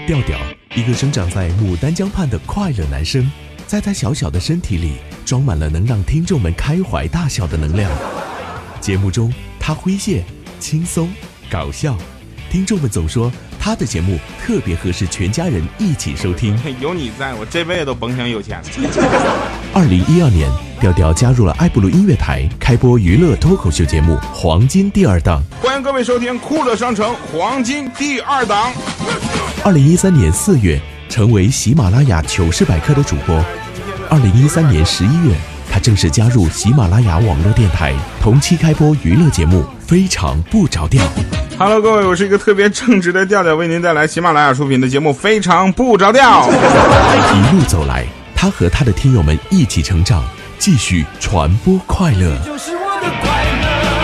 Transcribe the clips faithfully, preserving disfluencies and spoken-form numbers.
调调，一个生长在牡丹江畔的快乐男生，在他小小的身体里装满了能让听众们开怀大笑的能量。节目中他诙谐、轻松、搞笑，听众们总说他的节目特别合适全家人一起收听。 有你在，我这辈子都甭想有钱。 二零一二年，调调加入了爱布鲁音乐台，开播娱乐脱口秀节目《黄金第二档》。 欢迎各位收听酷乐商城黄金第二档。 二零一三年四月，成为喜马拉雅糗事百科的主播。二零一三年十一月，他正式加入喜马拉雅网络电台，同期开播娱乐节目《非常不着调》。 Hello， 各位，我是一个特别正直的调调，为您带来喜马拉雅出品的节目《非常不着调》。 一路走来，他和他的听友们一起成长，继续传播快乐。就是我的快乐。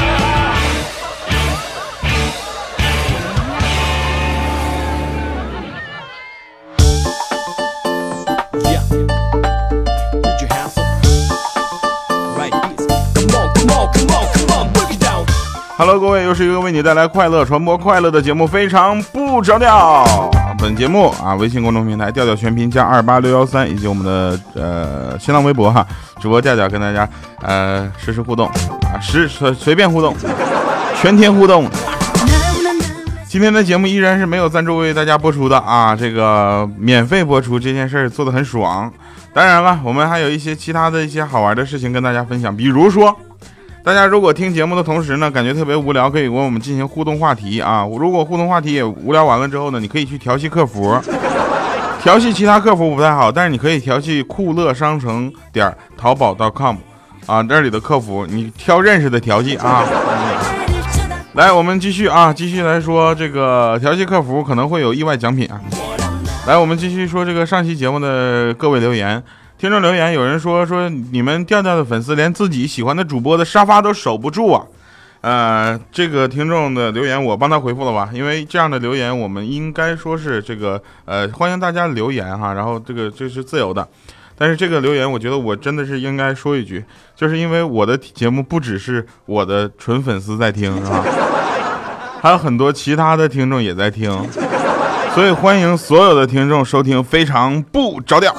Hello， 各位，又是一个为你带来快乐、传播快乐的节目，非常不着调。本节目啊，微信公众平台调调全拼加二八六幺三，以及我们的呃新浪微博哈，直播调调跟大家呃实时互动啊，实随随便互动，全天互动。今天的节目依然是没有赞助为大家播出的啊，这个免费播出这件事做得很爽。当然了，我们还有一些其他的一些好玩的事情跟大家分享，比如说。大家如果听节目的同时呢，感觉特别无聊，可以跟我们进行互动话题啊。如果互动话题也无聊完了之后呢，你可以去调戏客服，调戏其他客服不太好，但是你可以调戏酷乐商城点淘宝 .com 啊，这里的客服你挑认识的调戏啊。来，我们继续啊，继续来说这个调戏客服可能会有意外奖品啊。来，我们继续说这个上期节目的各位留言。听众留言，有人说说你们调调的粉丝连自己喜欢的主播的沙发都守不住啊。呃，这个听众的留言我帮他回复了吧，因为这样的留言我们应该说是这个呃欢迎大家留言哈，然后这个这是自由的。但是这个留言我觉得我真的是应该说一句，就是因为我的节目不只是我的纯粉丝在听啊，还有很多其他的听众也在听，所以欢迎所有的听众收听，非常不着调。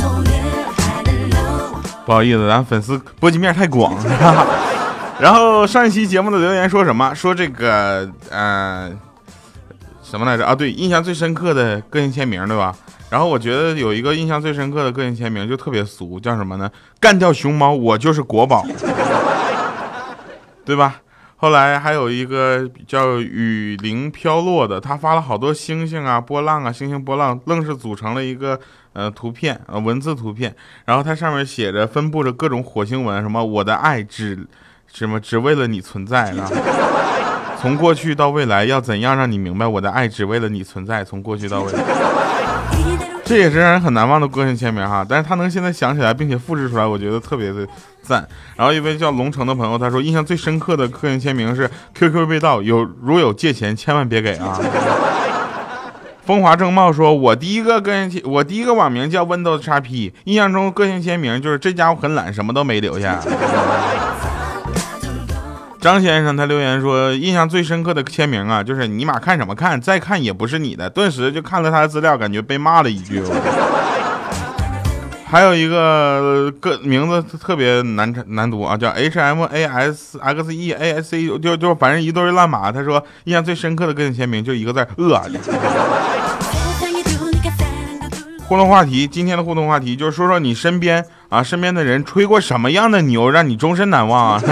不好意思，咱粉丝波及面太广。然后上一期节目的留言说什么？说这个呃什么来着啊？对，印象最深刻的个性签名，对吧？然后我觉得有一个印象最深刻的个性签名就特别俗，叫什么呢？干掉熊猫，我就是国宝，对吧？后来还有一个叫雨林飘落的，他发了好多星星啊、波浪啊、星星波浪，愣是组成了一个呃图片呃文字图片，然后它上面写着分布着各种火星文，什么我的爱只什么只为了你存在啊，从过去到未来要怎样让你明白我的爱只为了你存在，从过去到未来。这也是让人很难忘的个性签名哈，但是他能现在想起来并且复制出来，我觉得特别的赞。然后一位叫龙城的朋友他说，印象最深刻的个性签名是 Q Q 被盗，有如有借钱千万别给啊。风华正茂说，我第一个个性我第一个网名叫 Windows X P， 印象中个性签名就是这家伙很懒，什么都没留下。张先生他留言说，印象最深刻的签名啊，就是尼玛看什么看，再看也不是你的，顿时就看了他的资料，感觉被骂了一句。还有一个个名字特别难难读啊，叫 H M A S X E A S C， 就就反正一堆烂码。他说印象最深刻的个性签名就一个字，饿。互动话题，今天的互动话题就是说说你身边啊身边的人吹过什么样的牛，让你终身难忘啊。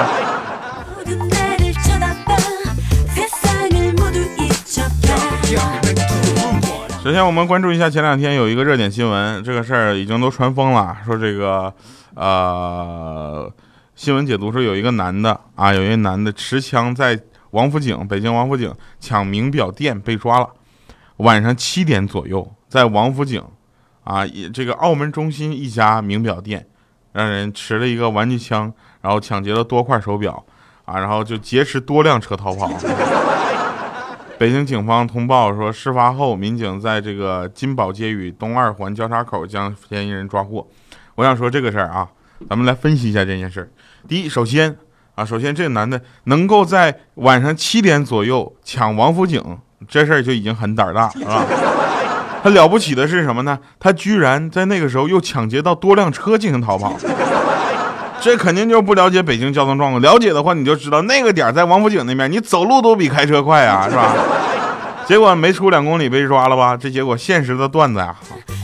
首先我们关注一下前两天有一个热点新闻，这个事儿已经都传疯了，说这个呃新闻解读说有一个男的啊，有一个男的持枪在王府井北京王府井抢名表店被抓了，晚上七点左右在王府井啊这个澳门中心一家名表店，让人持了一个玩具枪，然后抢劫了多块手表啊，然后就劫持多辆车逃跑。北京警方通报说，事发后民警在这个金宝街与东二环交叉口将嫌疑人抓获。我想说这个事儿啊，咱们来分析一下这件事儿。第一，首先啊，首先这个男的能够在晚上七点左右抢王府井，这事儿就已经很胆儿大，是吧？ 他了不起的是什么呢？他居然在那个时候又抢劫到多辆车进行逃跑。这肯定就不了解北京交通状况，了解的话你就知道那个点在王府井那边，你走路都比开车快啊，是吧？结果没出两公里被抓了吧？这结果现实的段子呀。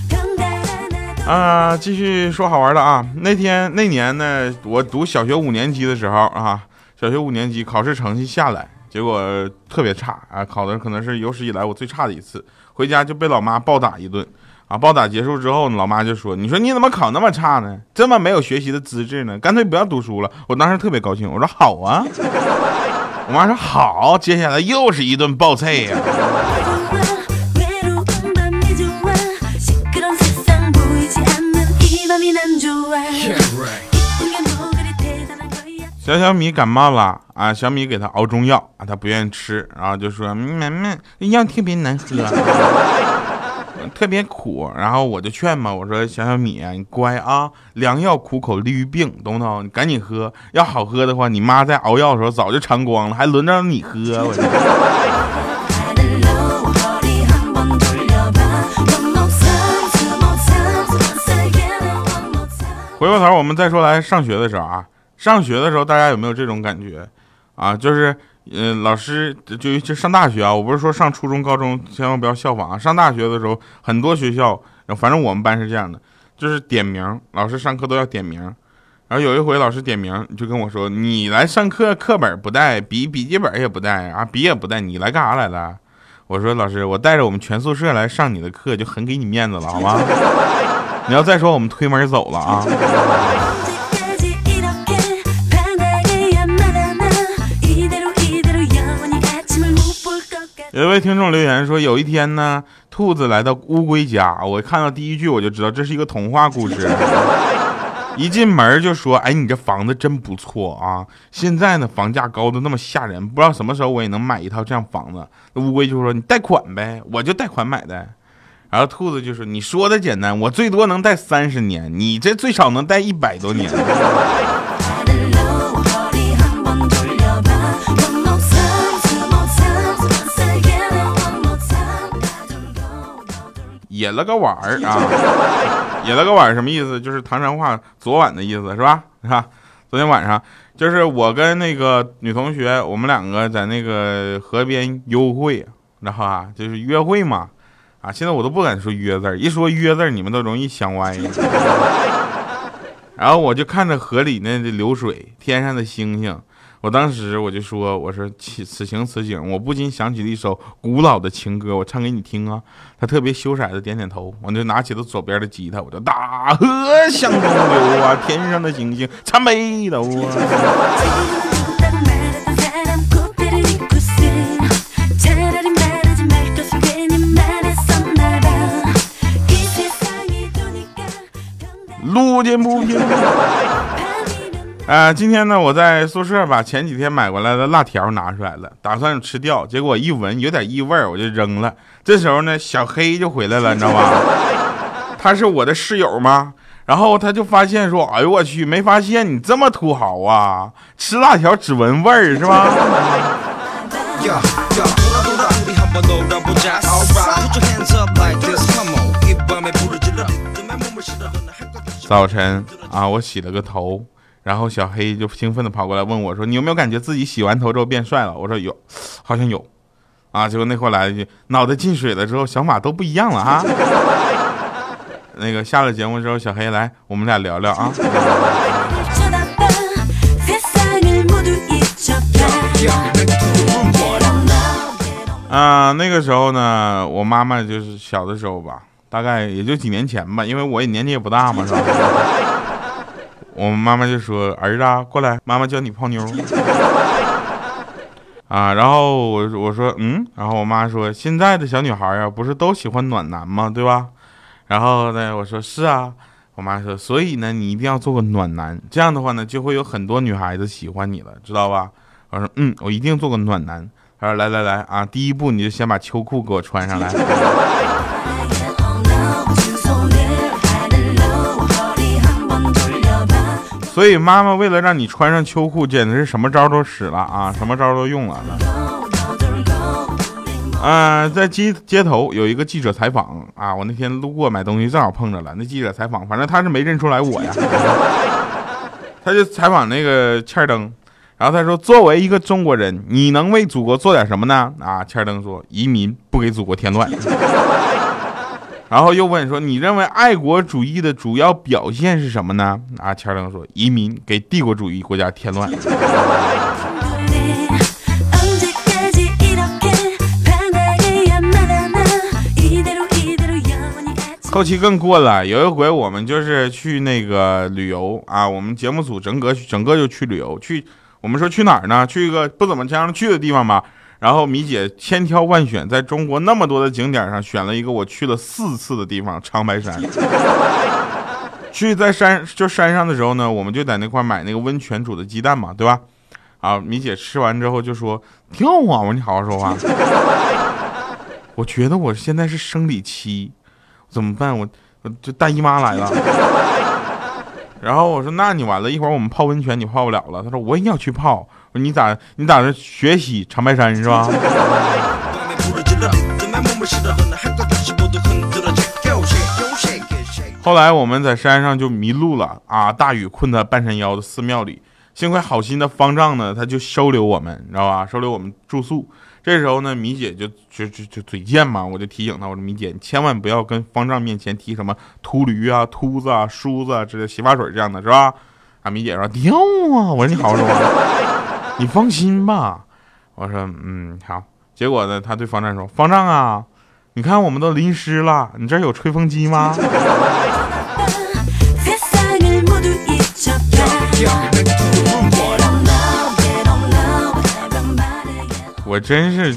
啊，继续说好玩的啊！那天那年呢，我读小学五年级的时候啊，小学五年级考试成绩下来，结果特别差啊，考的可能是有史以来我最差的一次，回家就被老妈暴打一顿。啊，暴打结束之后，老妈就说：“你说你怎么考那么差呢？这么没有学习的资质呢？干脆不要读书了。”我当时特别高兴，我说：“好啊。”我妈说：“好。”接下来又是一顿暴菜呀、啊。小小米感冒了啊，小米给他熬中药啊，他不愿意吃，然后就说：“妈妈，药特别难喝。”特别苦，然后我就劝嘛，我说小小米啊，你乖啊，良药苦口利于病，懂不懂？你赶紧喝，要好喝的话，你妈在熬药的时候早就尝光了，还轮着你喝。我回过头，我们再说来上学的时候啊，上学的时候大家有没有这种感觉啊？就是。呃，老师就就上大学啊，我不是说上初中、高中千万不要效仿啊。上大学的时候，很多学校，反正我们班是这样的，就是点名，老师上课都要点名。然后有一回老师点名，就跟我说：“你来上课，课本不带，笔笔记本也不带啊，笔也不带，你来干啥来了？”我说：“老师，我带着我们全宿舍来上你的课，就很给你面子了，好吗？你要再说，我们推门走了啊。”有一位听众留言说，有一天呢，兔子来到乌龟家，我看到第一句我就知道这是一个童话故事。一进门就说：“哎，你这房子真不错啊！现在呢，房价高的那么吓人，不知道什么时候我也能买一套这样房子。”那乌龟就说：“你贷款呗，我就贷款买的。”然后兔子就说：“你说的简单，我最多能贷三十年，你这最少能贷一百多年。”野了个碗儿啊，野了个碗什么意思？就是唐山话昨晚的意思，是吧？是吧？昨天晚上就是我跟那个女同学，我们两个在那个河边幽会，然后啊，就是约会嘛，啊，现在我都不敢说约字儿，一说约字儿，你们都容易想歪。然后我就看着河里那流水，天上的星星。我当时我就说，我说此情此景，我不禁想起了一首古老的情歌，我唱给你听啊。他特别羞涩的点点头，我就拿起了左边的吉他，我就大河向东流啊，天上的星星参北斗啊。路见不平。呃，今天呢，我在宿舍把前几天买过来的辣条拿出来了，打算吃掉，结果一闻有点异味，我就扔了。这时候呢，小黑就回来了，你知道吧？他是我的室友吗？然后他就发现说：“哎呦我去，没发现你这么土豪啊！吃辣条只闻味儿是吧？”早晨啊，我洗了个头。然后小黑就兴奋的跑过来问我说：“你有没有感觉自己洗完头之后变帅了？”我说：“有，好像有。”啊，结果那会来一句：“脑袋进水了之后，想法都不一样了哈。”那个下了节目之后，小黑来，我们俩聊聊啊。啊，那个时候呢，我妈妈就是小的时候吧，大概也就几年前吧，因为我也年纪也不大嘛，是吧？我妈妈就说：“儿子啊，过来，妈妈教你泡妞。”啊，然后我我说嗯，然后我妈说：“现在的小女孩啊，不是都喜欢暖男吗？对吧？”然后呢，我说是啊。我妈说：“所以呢，你一定要做个暖男，这样的话呢，就会有很多女孩子喜欢你了，知道吧？”我说：“嗯，我一定做个暖男。”她说：“来来来啊，第一步你就先把秋裤给我穿上来。”所以妈妈为了让你穿上秋裤，简直是什么招都使了啊，什么招都用了。 啊、呃，在街街头有一个记者采访啊，我那天路过买东西正好碰着了，那记者采访，反正他是没认出来我呀，他就采访那个欠灯，然后他说，作为一个中国人，你能为祖国做点什么呢？啊，欠灯说，移民，不给祖国添乱。然后又问说，你认为爱国主义的主要表现是什么呢？啊，欠灯说，移民，给帝国主义国家添乱。后期更过了，有一回我们就是去那个旅游啊，我们节目组整个整个就去旅游，去我们说去哪儿呢？去一个不怎么经常去的地方吧。然后米姐千挑万选，在中国那么多的景点上选了一个我去了四次的地方——长白山。去在山就山上的时候呢，我们就在那块买那个温泉煮的鸡蛋嘛，对吧？啊，米姐吃完之后就说：“挺好啊。”我说：“你好好说话。”我觉得我现在是生理期。怎么办？我我这大姨妈来了。然后我说，那你完了，一会儿我们泡温泉你泡不了了。他说我也要去泡。我说你咋你打算学习长白山是吧？后来我们在山上就迷路了啊，大雨困在半山腰的寺庙里，幸亏好心的方丈呢，他就收留我们，你知道吧？收留我们住宿。这时候呢，米姐就就就就嘴贱嘛，我就提醒她，我说米姐，你千万不要跟方丈面前提什么秃驴啊、秃子啊、梳子啊之类洗发水这样的，是吧？啊，米姐说掉啊，我说你好好说话，你放心吧。我说嗯好。结果呢，他对方丈说，方丈啊，你看我们都淋湿了，你这儿有吹风机吗？我真是，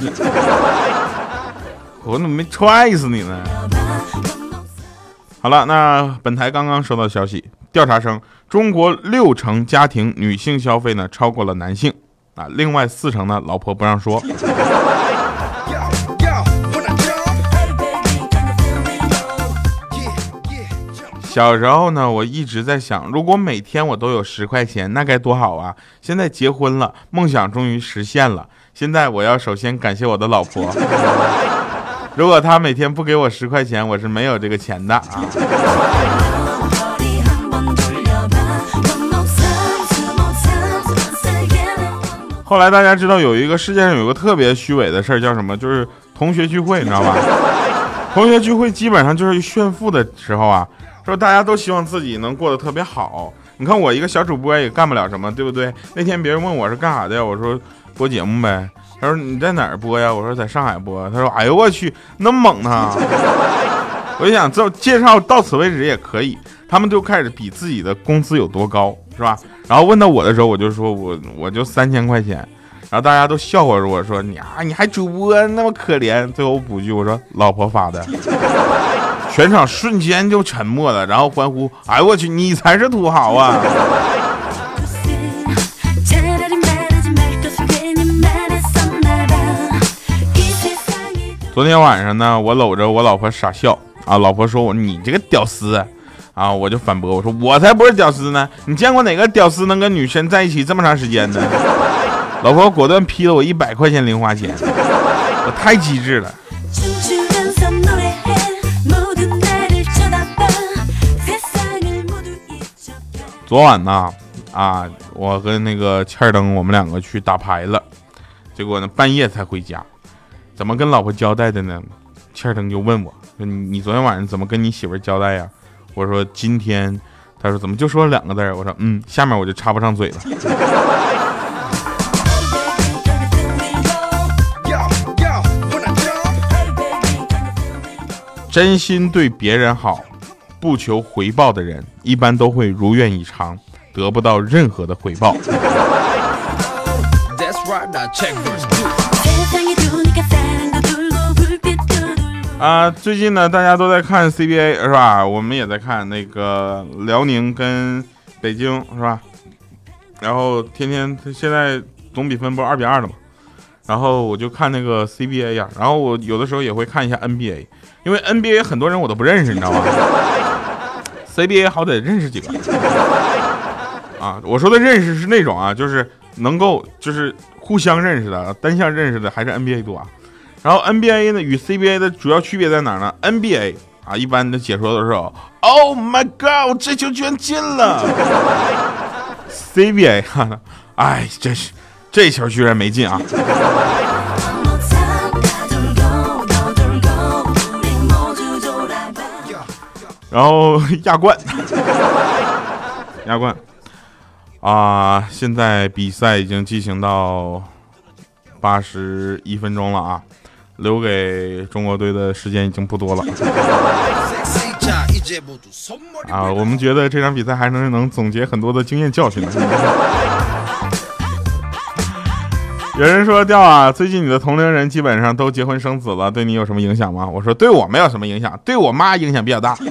我怎么没踹死你呢？好了，那本台刚刚收到消息，调查称，中国六成家庭女性消费呢超过了男性啊，另外四成呢老婆不让说。小时候呢，我一直在想，如果每天我都有十块钱，那该多好啊！现在结婚了，梦想终于实现了。现在我要首先感谢我的老婆，如果她每天不给我十块钱，我是没有这个钱的啊。后来大家知道有一个世界上有个特别虚伪的事儿，叫什么？就是同学聚会，你知道吧？同学聚会基本上就是炫富的时候啊。说大家都希望自己能过得特别好，你看我一个小主播也干不了什么，对不对？那天别人问我是干啥的呀，我说播节目呗。他说你在哪儿播呀？我说在上海播。他说哎呦我去，那么猛呢！我就想这介绍到此为止也可以，他们就开始比自己的工资有多高，是吧？然后问到我的时候，我就说我我就三千块钱，然后大家都笑话我说你啊你还主播那么可怜，最后我补句我说老婆发的。全场瞬间就沉默了，然后欢呼：“哎我去，你才是土豪啊！”昨天晚上呢，我搂着我老婆傻笑啊，老婆说我你这个屌丝啊，我就反驳我说我才不是屌丝呢，你见过哪个屌丝能跟女生在一起这么长时间呢？老婆果断批了我一百块钱零花钱，我太机智了。昨晚呢，啊，我跟那个欠灯，我们两个去打牌了，结果呢半夜才回家，怎么跟老婆交代的呢？欠灯就问我说：“你昨天晚上怎么跟你媳妇交代呀？”我说：“今天。”他说：“怎么就说了两个字？”我说：“嗯。”下面我就插不上嘴了。真心对别人好，不求回报的人，一般都会如愿以偿，得不到任何的回报。啊，最近呢，大家都在看 C B A 是吧？我们也在看那个辽宁跟北京是吧？然后天天现在总比分不是二比二了嘛？然后我就看那个 C B A 呀，然后我有的时候也会看一下 N B A。因为 N B A 很多人我都不认识，你知道吗 ？C B A 好歹认识几个啊！我说的认识是那种啊，就是能够就是互相认识的，单项认识的还是 N B A 多啊。 然后 N B A 呢与 C B A 的主要区别在哪呢 ？N B A 啊，一般的解说都是 Oh my God， 这球居然进了。C B A 哈，哎，真是这球居然没进啊。然后亚冠，亚冠啊，现在比赛已经进行到八十一分钟了啊，留给中国队的时间已经不多了啊。我们觉得这场比赛还能能总结很多的经验教训的。有人说调啊，最近你的同龄人基本上都结婚生子了，对你有什么影响吗？我说对我没有什么影响，对我妈影响比较大。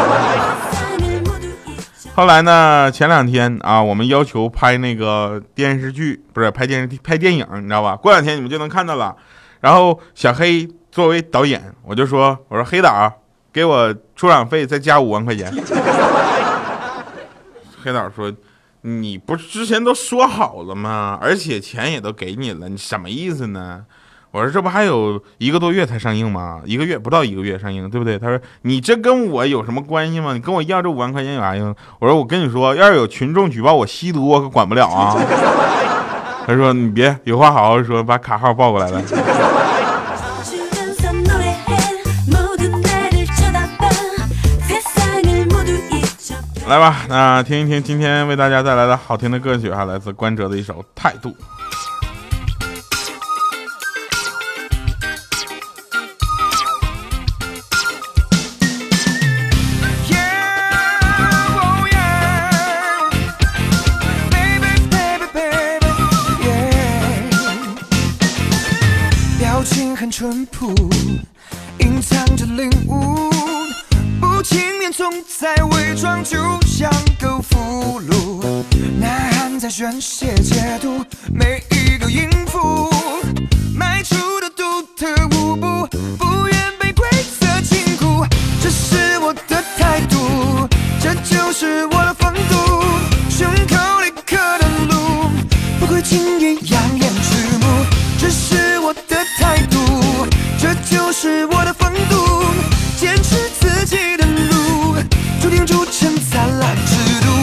后来呢，前两天啊，我们要求拍那个电视剧，不是拍电视拍电影，你知道吧？过两天你们就能看到了。然后小黑作为导演，我就说，我说黑导给我出场费再加五万块钱。黑导说。你不是之前都说好了吗？而且钱也都给你了，你什么意思呢？我说这不还有一个多月才上映吗？一个月不到一个月上映，对不对？他说你这跟我有什么关系吗？你跟我要这五万块钱有啥用？我说我跟你说，要是有群众举报我吸毒，我可管不了啊。他说你别有话好好说，把卡号报过来了。来吧，那听一听今天为大家带来的好听的歌曲哈，来自关喆的一首《态度》。 表情很淳朴，隐藏着领悟。不情面总在伪装，就像个俘虏。呐喊在宣泄解读每一个音符，迈出的独特舞步，不愿被规则禁锢。这是我的态度，这就是我的风度。胸口立刻的路，不会轻易扬言止目。这是我的态度，这就是我的风度。坚持自己的路，注定铸成灿烂之都。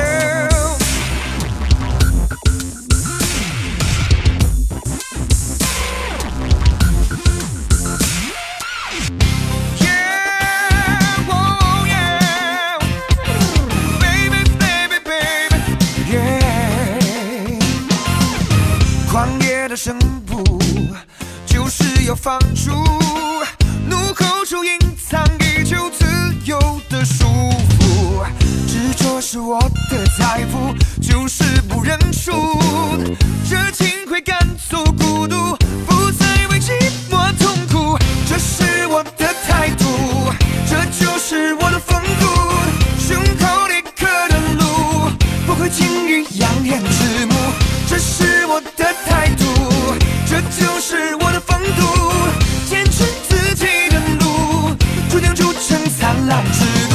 狂野的声部就是要放逐，怒吼中隐藏已久自由的束缚。执着是我的财富，就是不认输。热情会赶走孤独，不再为寂寞痛苦。这是我的态度，这就是我的风度。胸口立刻的路，不会轻易扬言止目。这是我的态度，这就是我的风度。坚持自己的路，注定铸成灿烂之都。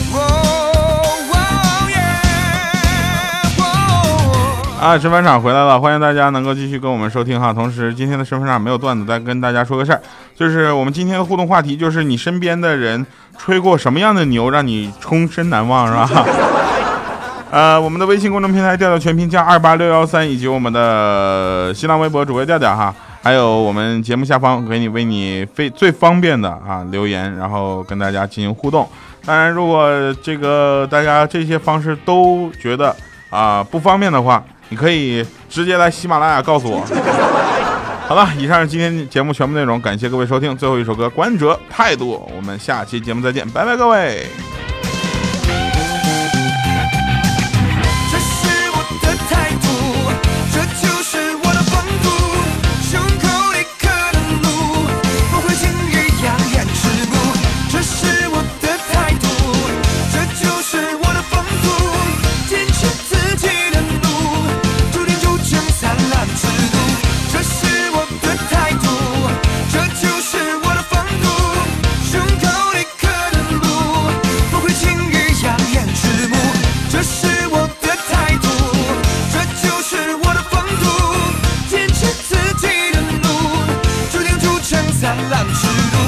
啊，神返场回来了，欢迎大家能够继续跟我们收听哈。同时，今天的神返场没有段子，再跟大家说个事儿，就是我们今天的互动话题就是你身边的人吹过什么样的牛，让你终身难忘，是吧？呃，我们的微信公众平台调调全拼加二八六幺三，以及我们的新浪微博主播调调哈，还有我们节目下方给你为你非最方便的啊留言，然后跟大家进行互动。当然，如果这个大家这些方式都觉得啊不方便的话，你可以直接来喜马拉雅告诉我。好了，以上是今天节目全部内容，感谢各位收听。最后一首歌，关喆态度，我们下期节目再见，拜拜各位。 灿烂尺度。